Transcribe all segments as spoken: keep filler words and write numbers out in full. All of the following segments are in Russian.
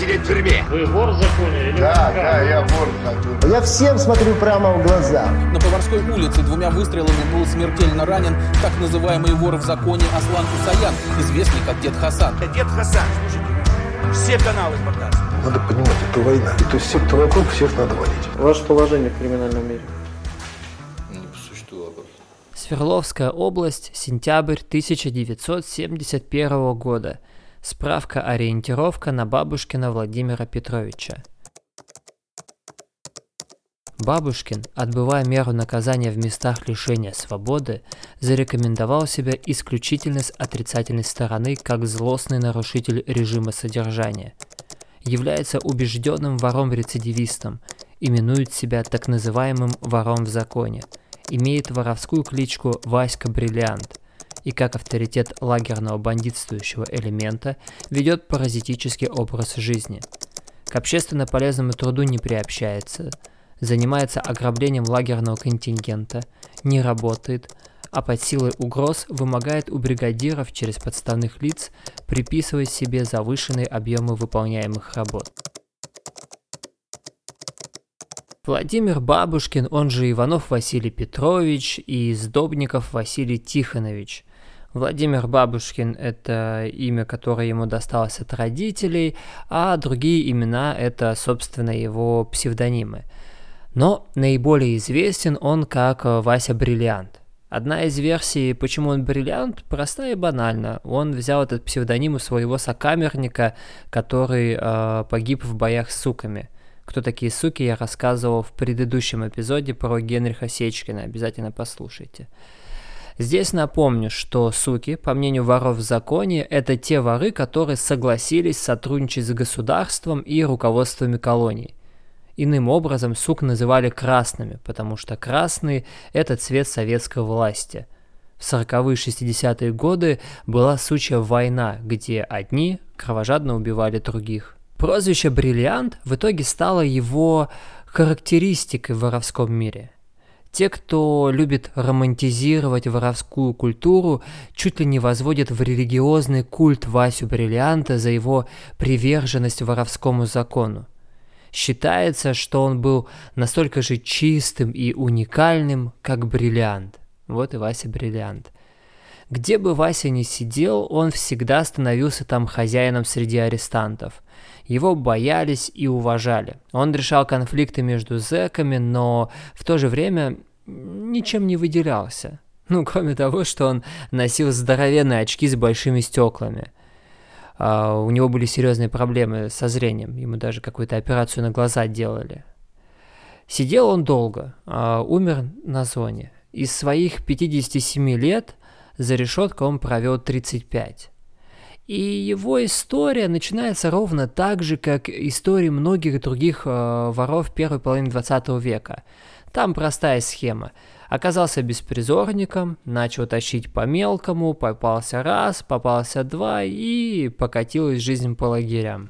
сидеть в тюрьме. Вы вор в законе или Да, да, я вор в законе. Я всем смотрю прямо в глаза. На Поварской улице двумя выстрелами был смертельно ранен так называемый вор в законе Аслан Усаян, известный как Дед Хасан. Дед Хасан, слушайте, все каналы показывают. Надо понимать, это война. И то есть всех, кто вокруг, всех надо валить. Ваше положение в криминальном мире? Не по существу вопроса. Свердловская область, сентябрь тысяча девятьсот семьдесят первого года. Справка-ориентировка на Бабушкина Владимира Петровича. Бабушкин, отбывая меру наказания в местах лишения свободы, зарекомендовал себя исключительно с отрицательной стороны как злостный нарушитель режима содержания. Является убежденным вором-рецидивистом, именует себя так называемым вором в законе, имеет воровскую кличку Васька Бриллиант и как авторитет лагерного бандитствующего элемента ведет паразитический образ жизни. К общественно полезному труду не приобщается, занимается ограблением лагерного контингента, не работает, а под силой угроз вымогает у бригадиров через подставных лиц приписывать себе завышенные объемы выполняемых работ. Владимир Бабушкин, он же Иванов Василий Петрович и Сдобников Василий Тихонович. Владимир Бабушкин – это имя, которое ему досталось от родителей, а другие имена – это, собственно, его псевдонимы. Но наиболее известен он как Вася Бриллиант. Одна из версий, почему он бриллиант, простая и банальна. Он взял этот псевдоним у своего сокамерника, который э, погиб в боях с суками. Кто такие суки, я рассказывал в предыдущем эпизоде про Генриха Сечкина, обязательно послушайте. Здесь напомню, что суки, по мнению воров в законе, это те воры, которые согласились сотрудничать с государством и руководствами колоний. Иным образом, сук называли красными, потому что красный – это цвет советской власти. В сороковые-шестидесятые годы была сучья война, где одни кровожадно убивали других. Прозвище «Бриллиант» в итоге стало его характеристикой в воровском мире. Те, кто любит романтизировать воровскую культуру, чуть ли не возводят в религиозный культ Васю Бриллианта за его приверженность воровскому закону. Считается, что он был настолько же чистым и уникальным, как бриллиант. Вот и Вася Бриллиант. Где бы Вася ни сидел, он всегда становился там хозяином среди арестантов. Его боялись и уважали. Он решал конфликты между зэками, но в то же время ничем не выделялся. Ну, кроме того, что он носил здоровенные очки с большими стеклами. Uh, у него были серьезные проблемы со зрением, ему даже какую-то операцию на глаза делали. Сидел он долго, uh, умер на зоне. Из своих пятидесяти семи лет за решеткой он провел тридцать пять. И его история начинается ровно так же, как истории многих других uh, воров первой половины двадцатого века. Там простая схема. Оказался беспризорником, начал тащить по мелкому, попался раз, попался два и покатилась жизнь по лагерям.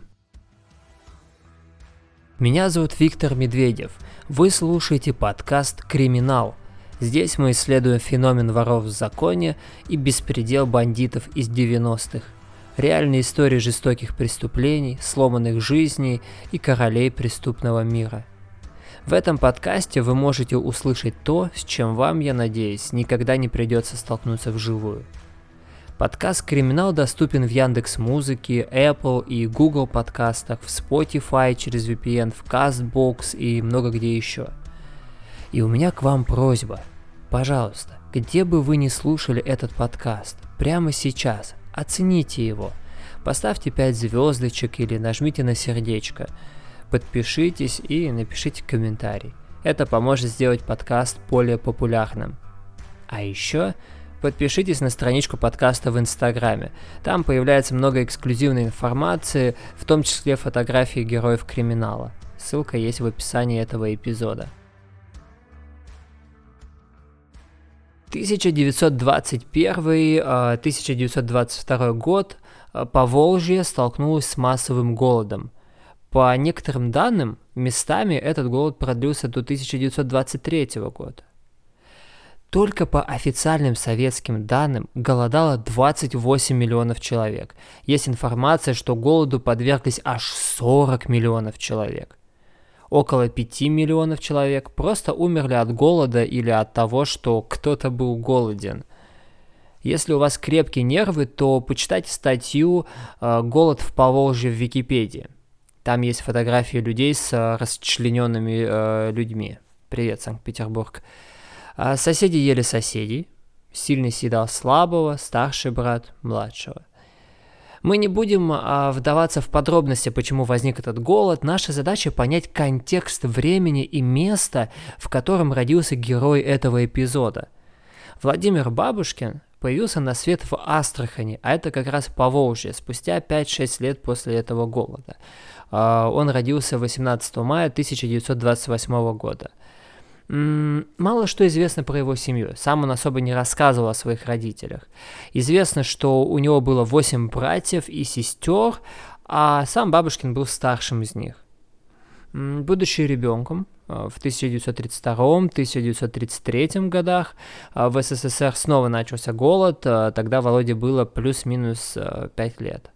Меня зовут Виктор Медведев. Вы слушаете подкаст «Криминал». Здесь мы исследуем феномен воров в законе и беспредел бандитов из девяностых. Реальные истории жестоких преступлений, сломанных жизней и королей преступного мира. В этом подкасте вы можете услышать то, с чем вам, я надеюсь, никогда не придется столкнуться вживую. Подкаст «Криминал» доступен в Яндекс.Музыке, Apple и Google подкастах, в Spotify через ви пи эн, в CastBox и много где еще. И у меня к вам просьба. Пожалуйста, где бы вы ни слушали этот подкаст, прямо сейчас оцените его. Поставьте пять звездочек или нажмите на сердечко. Подпишитесь и напишите комментарий. Это поможет сделать подкаст более популярным. А еще подпишитесь на страничку подкаста в Инстаграме. Там появляется много эксклюзивной информации, в том числе фотографии героев криминала. Ссылка есть в описании этого эпизода. тысяча девятьсот двадцать первый — тысяча девятьсот двадцать второй год Поволжье столкнулось с массовым голодом. По некоторым данным, местами этот голод продлился до тысяча девятьсот двадцать третьего года. Только по официальным советским данным голодало двадцать восемь миллионов человек. Есть информация, что голоду подверглись аж сорок миллионов человек. Около пяти миллионов человек просто умерли от голода или от того, что кто-то был голоден. Если у вас крепкие нервы, то почитайте статью «Голод в Поволжье» в Википедии. Там есть фотографии людей с расчлененными э, людьми. Привет, Санкт-Петербург. А соседи ели соседей. Сильный съедал слабого, старший брат младшего. Мы не будем а, вдаваться в подробности, почему возник этот голод. Наша задача понять контекст времени и места, в котором родился герой этого эпизода. Владимир Бабушкин появился на свет в Астрахани, а это как раз Поволжье, спустя пять-шесть лет после этого голода. А, он родился восемнадцатого мая тысяча девятьсот двадцать восьмого года. Мало что известно про его семью, сам он особо не рассказывал о своих родителях. Известно, что у него было восемь братьев и сестер, а сам Бабушкин был старшим из них. Будучи ребенком, в тысяча девятьсот тридцать втором — тысяча девятьсот тридцать третьем годах в СССР снова начался голод, тогда Володе было плюс-минус пять лет.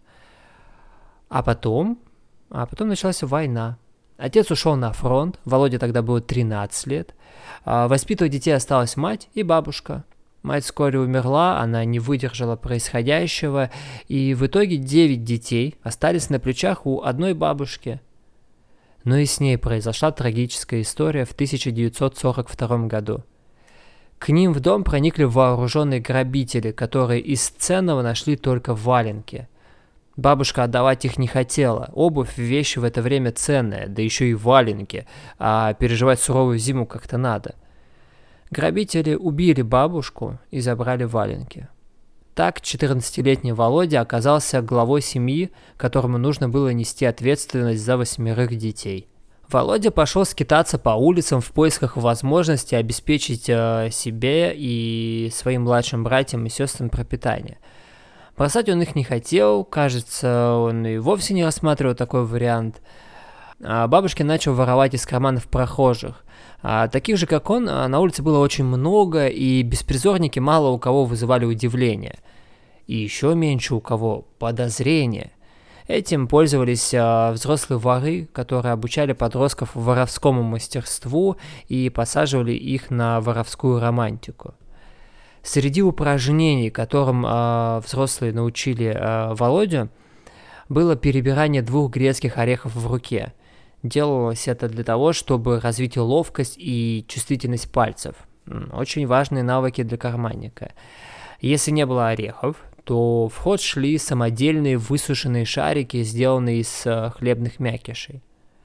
А потом, а потом началась война. Отец ушел на фронт, Володе тогда было тринадцать лет. Воспитывать детей осталась мать и бабушка. Мать вскоре умерла, она не выдержала происходящего, и в итоге девять детей остались на плечах у одной бабушки. Но и с ней произошла трагическая история в тысяча девятьсот сорок втором году. К ним в дом проникли вооруженные грабители, которые из ценного нашли только валенки. Бабушка отдавать их не хотела, обувь, вещи в это время ценные, да еще и валенки, а переживать суровую зиму как-то надо. Грабители убили бабушку и забрали валенки. Так четырнадцатилетний Володя оказался главой семьи, которому нужно было нести ответственность за восьмерых детей. Володя пошел скитаться по улицам в поисках возможности обеспечить э, себе и своим младшим братьям и сестрам пропитание. Бросать он их не хотел, кажется, он и вовсе не рассматривал такой вариант. А Бабушкин начал воровать из карманов прохожих. А таких же, как он, на улице было очень много, и беспризорники мало у кого вызывали удивление. И еще меньше у кого подозрения. Этим пользовались а, взрослые воры, которые обучали подростков воровскому мастерству и посаживали их на воровскую романтику. Среди упражнений, которым э, взрослые научили э, Володю, было перебирание двух грецких орехов в руке. Делалось это для того, чтобы развить ловкость и чувствительность пальцев. Очень важные навыки для карманника. Если не было орехов, то в ход шли самодельные высушенные шарики, сделанные из э, хлебных мякишей.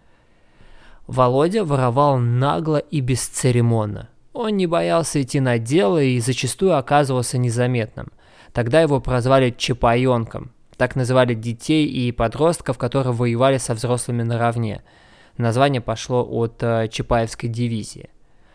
Володя воровал нагло и бесцеремонно. Он не боялся идти на дело и зачастую оказывался незаметным. Тогда его прозвали «чапаенком». Так называли детей и подростков, которые воевали со взрослыми наравне. Название пошло от э, Чапаевской дивизии.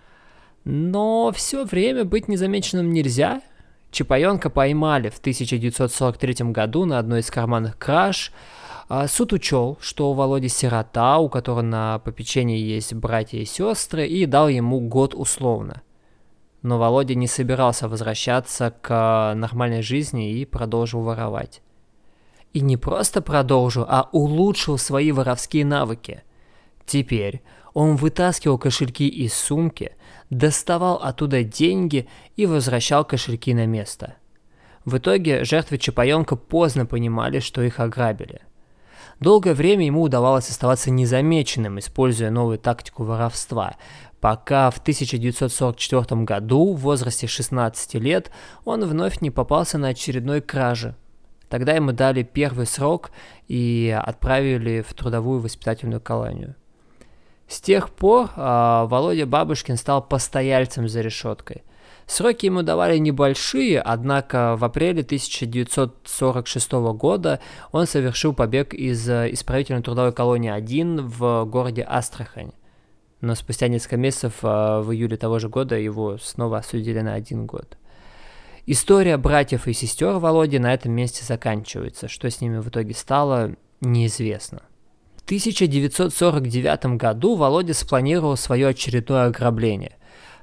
Но все время быть незамеченным нельзя. Чапаенка поймали в тысяча девятьсот сорок третьем году на одной из карманных краж. Суд учел, что у Володи сирота, у которого на попечении есть братья и сестры, и дал ему год условно. Но Володя не собирался возвращаться к нормальной жизни и продолжил воровать. И не просто продолжил, а улучшил свои воровские навыки. Теперь он вытаскивал кошельки из сумки, доставал оттуда деньги и возвращал кошельки на место. В итоге жертвы Чапаенка поздно понимали, что их ограбили. Долгое время ему удавалось оставаться незамеченным, используя новую тактику воровства, пока в тысяча девятьсот сорок четвёртом году, в возрасте шестнадцати лет, он вновь не попался на очередной краже. Тогда ему дали первый срок и отправили в трудовую воспитательную колонию. С тех пор а, Володя Бабушкин стал постояльцем за решеткой. Сроки ему давали небольшие, однако в апреле тысяча девятьсот сорок шестого года он совершил побег из исправительной трудовой колонии один в городе Астрахань. Но спустя несколько месяцев, в июле того же года, его снова осудили на один год. История братьев и сестер Володи на этом месте заканчивается. Что с ними в итоге стало, неизвестно. В тысяча девятьсот сорок девятом году Володя спланировал свое очередное ограбление.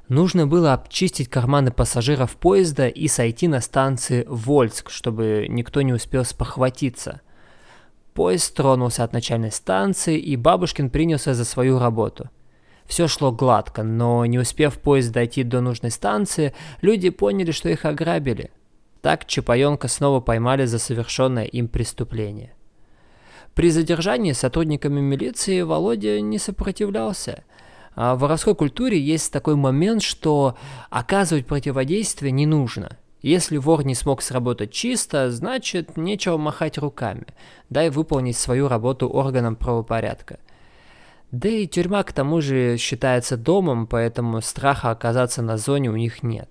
Нужно было обчистить карманы пассажиров поезда и сойти на станции Вольск, чтобы никто не успел спохватиться. Поезд тронулся от начальной станции, и Бабушкин принялся за свою работу. Все шло гладко, но не успев поезд дойти до нужной станции, люди поняли, что их ограбили. Так Чапаенка снова поймали за совершенное им преступление. При задержании сотрудниками милиции Володя не сопротивлялся. А в воровской культуре есть такой момент, что оказывать противодействие не нужно. Если вор не смог сработать чисто, значит, нечего махать руками. Дай выполнить свою работу органам правопорядка. Да и тюрьма к тому же считается домом, поэтому страха оказаться на зоне у них нет.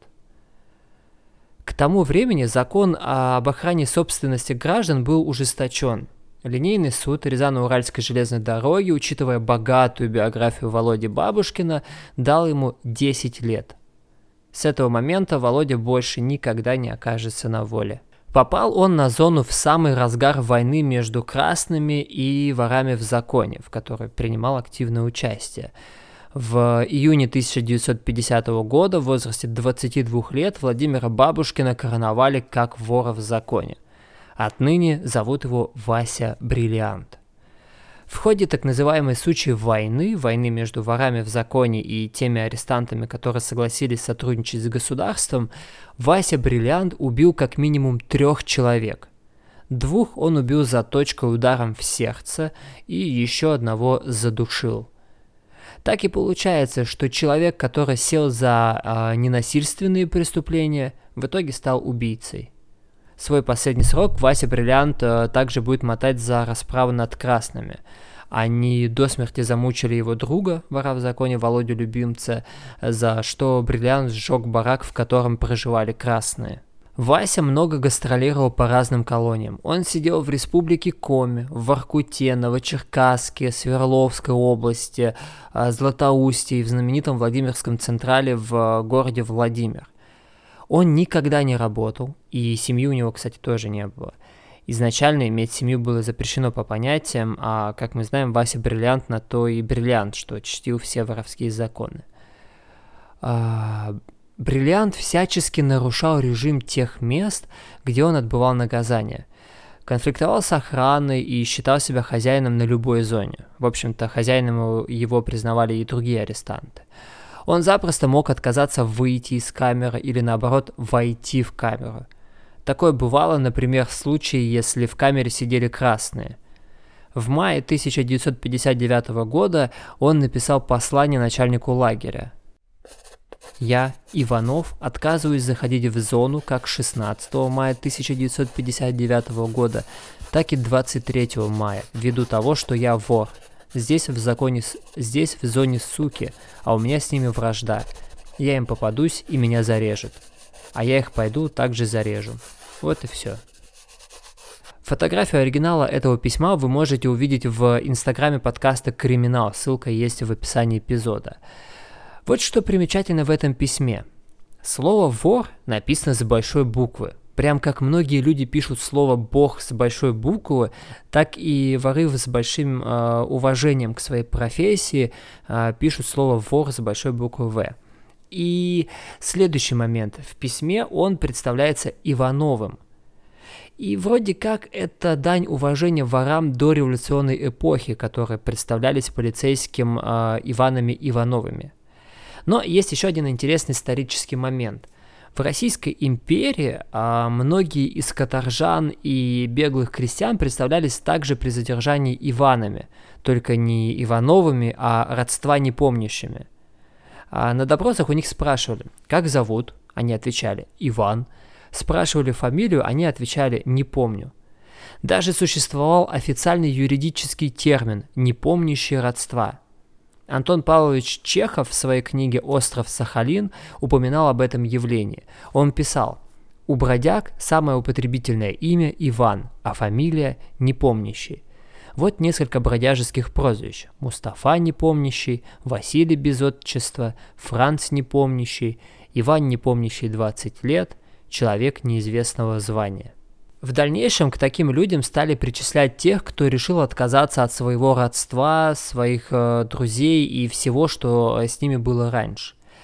К тому времени закон об охране собственности граждан был ужесточен. Линейный суд Рязано-Уральской железной дороги, учитывая богатую биографию Володи Бабушкина, дал ему десять лет. С этого момента Володя больше никогда не окажется на воле. Попал он на зону в самый разгар войны между красными и ворами в законе, в которой принимал активное участие. В июне тысяча девятьсот пятидесятого года в возрасте двадцати двух лет Владимира Бабушкина короновали как вора в законе. Отныне зовут его Вася Бриллиант. В ходе так называемой сучьей войны, войны между ворами в законе и теми арестантами, которые согласились сотрудничать с государством, Вася Бриллиант убил как минимум трех человек. Двух он убил заточкой ударом в сердце и еще одного задушил. Так и получается, что человек, который сел за э, ненасильственные преступления, в итоге стал убийцей. Свой последний срок Вася Бриллиант э, также будет мотать за расправу над красными. Они до смерти замучили его друга, вора в законе Володю Любимца, за что Бриллиант сжег барак, в котором проживали красные. Вася много гастролировал по разным колониям. Он сидел в Республике Коми, в Воркуте, Новочеркасске, Свердловской области, Златоусте и в знаменитом Владимирском Централе в городе Владимир. Он никогда не работал, и семьи у него, кстати, тоже не было. Изначально иметь семью было запрещено по понятиям, а, как мы знаем, Вася Бриллиант на то и бриллиант, что чтил все воровские законы. А, Бриллиант всячески нарушал режим тех мест, где он отбывал наказание. Конфликтовал с охраной и считал себя хозяином на любой зоне. В общем-то, хозяином его признавали и другие арестанты. Он запросто мог отказаться выйти из камеры или, наоборот, войти в камеру. Такое бывало, например, в случае, если в камере сидели красные. В мае тысяча девятьсот пятьдесят девятого года он написал послание начальнику лагеря. «Я, Иванов, отказываюсь заходить в зону как шестнадцатого мая тысяча девятьсот пятьдесят девятого года, так и двадцать третьего мая, ввиду того, что я вор. Здесь в, законе, здесь в зоне суки, а у меня с ними вражда. Я им попадусь, и меня зарежут. А я их пойду также зарежу». Вот и все. Фотографию оригинала этого письма вы можете увидеть в инстаграме подкаста «Криминал». Ссылка есть в описании эпизода. Вот что примечательно в этом письме. Слово «вор» написано с большой буквы. Прям как многие люди пишут слово «бог» с большой буквы, так и воры с большим э, уважением к своей профессии э, пишут слово «вор» с большой буквы «В». И следующий момент. В письме он представляется Ивановым. И вроде как это дань уважения ворам дореволюционной эпохи, которые представлялись полицейским э, Иванами Ивановыми. Но есть еще один интересный исторический момент. В Российской империи а, многие из каторжан и беглых крестьян представлялись также при задержании Иванами, только не Ивановыми, а родства непомнящими. А на допросах у них спрашивали, как зовут, они отвечали Иван, спрашивали фамилию, они отвечали не помню. Даже существовал официальный юридический термин непомнящие родства. Антон Павлович Чехов в своей книге «Остров Сахалин» упоминал об этом явлении. Он писал: «У бродяг самое употребительное имя Иван, а фамилия непомнящий. Вот несколько бродяжеских прозвищ: Мустафа непомнящий, Василий без отчества, Франц непомнящий, Иван непомнящий двадцать лет, человек неизвестного звания». В дальнейшем к таким людям стали причислять тех, кто решил отказаться от своего родства, своих э, друзей и всего, что с ними было раньше.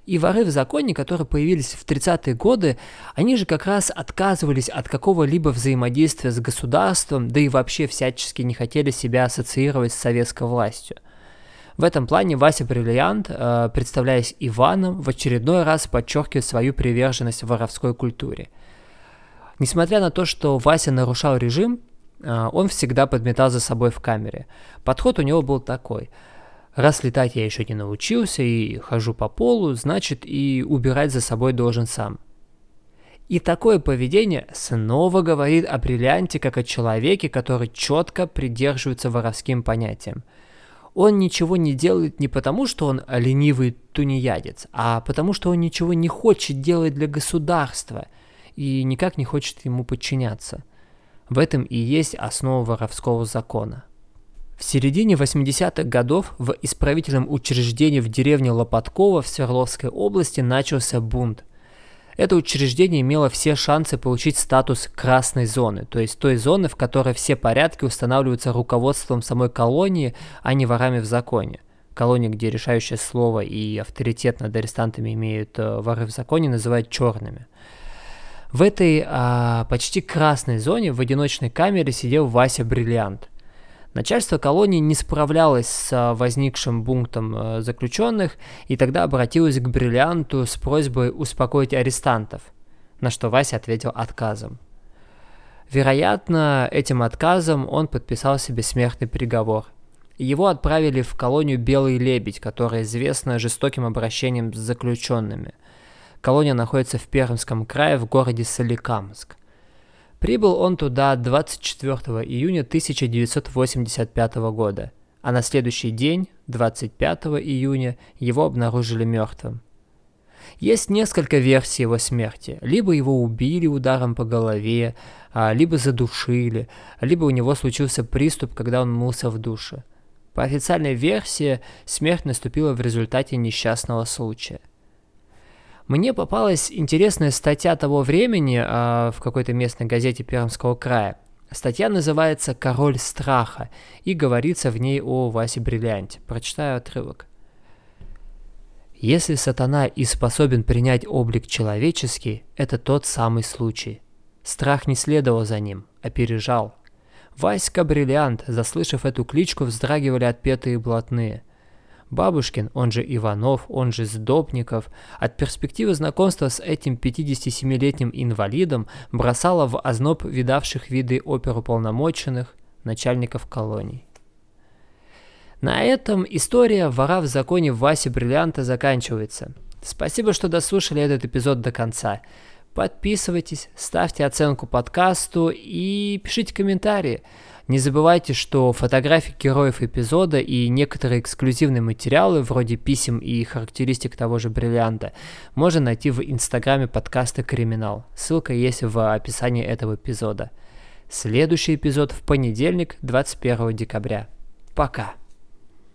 И воры в законе, которые появились в тридцатые годы, они же как раз отказывались от какого-либо взаимодействия с государством, да и вообще всячески не хотели себя ассоциировать с советской властью. В этом плане Вася Бриллиант, э, представляясь Иваном, в очередной раз подчеркивает свою приверженность воровской культуре. Несмотря на то, что Вася нарушал режим, э, он всегда подметал за собой в камере. Подход у него был такой: раз летать я еще не научился и хожу по полу, значит и убирать за собой должен сам. И такое поведение снова говорит о Бриллианте как о человеке, который четко придерживается воровским понятиям. Он ничего не делает не потому, что он ленивый тунеядец, а потому, что он ничего не хочет делать для государства и никак не хочет ему подчиняться. В этом и есть основа воровского закона. В середине восьмидесятых годов в исправительном учреждении в деревне Лопатково в Свердловской области начался бунт. Это учреждение имело все шансы получить статус красной зоны, то есть той зоны, в которой все порядки устанавливаются руководством самой колонии, а не ворами в законе. Колонии, где решающее слово и авторитет над арестантами имеют э, воры в законе, называют черными. В этой э, почти красной зоне в одиночной камере сидел Вася Бриллиант. Начальство колонии не справлялось с возникшим бунтом заключенных и тогда обратилось к Бриллианту с просьбой успокоить арестантов, на что Вася ответил отказом. Вероятно, этим отказом он подписал себе смертный приговор. Его отправили в колонию «Белый лебедь», которая известна жестоким обращением с заключенными. Колония находится в Пермском крае в городе Соликамск. Прибыл он туда двадцать четвёртого июня тысяча девятьсот восемьдесят пятого года, а на следующий день, двадцать пятого июня, его обнаружили мертвым. Есть несколько версий его смерти. Либо его убили ударом по голове, либо задушили, либо у него случился приступ, когда он мылся в душе. По официальной версии, смерть наступила в результате несчастного случая. Мне попалась интересная статья того времени э, в какой-то местной газете Пермского края. Статья называется «Король страха» и говорится в ней о Васе Бриллианте. Прочитаю отрывок. Если сатана и способен принять облик человеческий, это тот самый случай. Страх не следовал за ним, опережал. Васька Бриллиант, заслышав эту кличку, вздрагивали отпетые блатные. Бабушкин, он же Иванов, он же Сдобников, от перспективы знакомства с этим пятидесятисемилетним инвалидом бросала в озноб видавших виды оперуполномоченных, начальников колоний. На этом история вора в законе Васи Бриллианта заканчивается. Спасибо, что дослушали этот эпизод до конца. Подписывайтесь, ставьте оценку подкасту и пишите комментарии. Не забывайте, что фотографии героев эпизода и некоторые эксклюзивные материалы, вроде писем и характеристик того же Бриллианта, можно найти в инстаграме подкаста «Криминал». Ссылка есть в описании этого эпизода. Следующий эпизод в понедельник, двадцать первого декабря. Пока!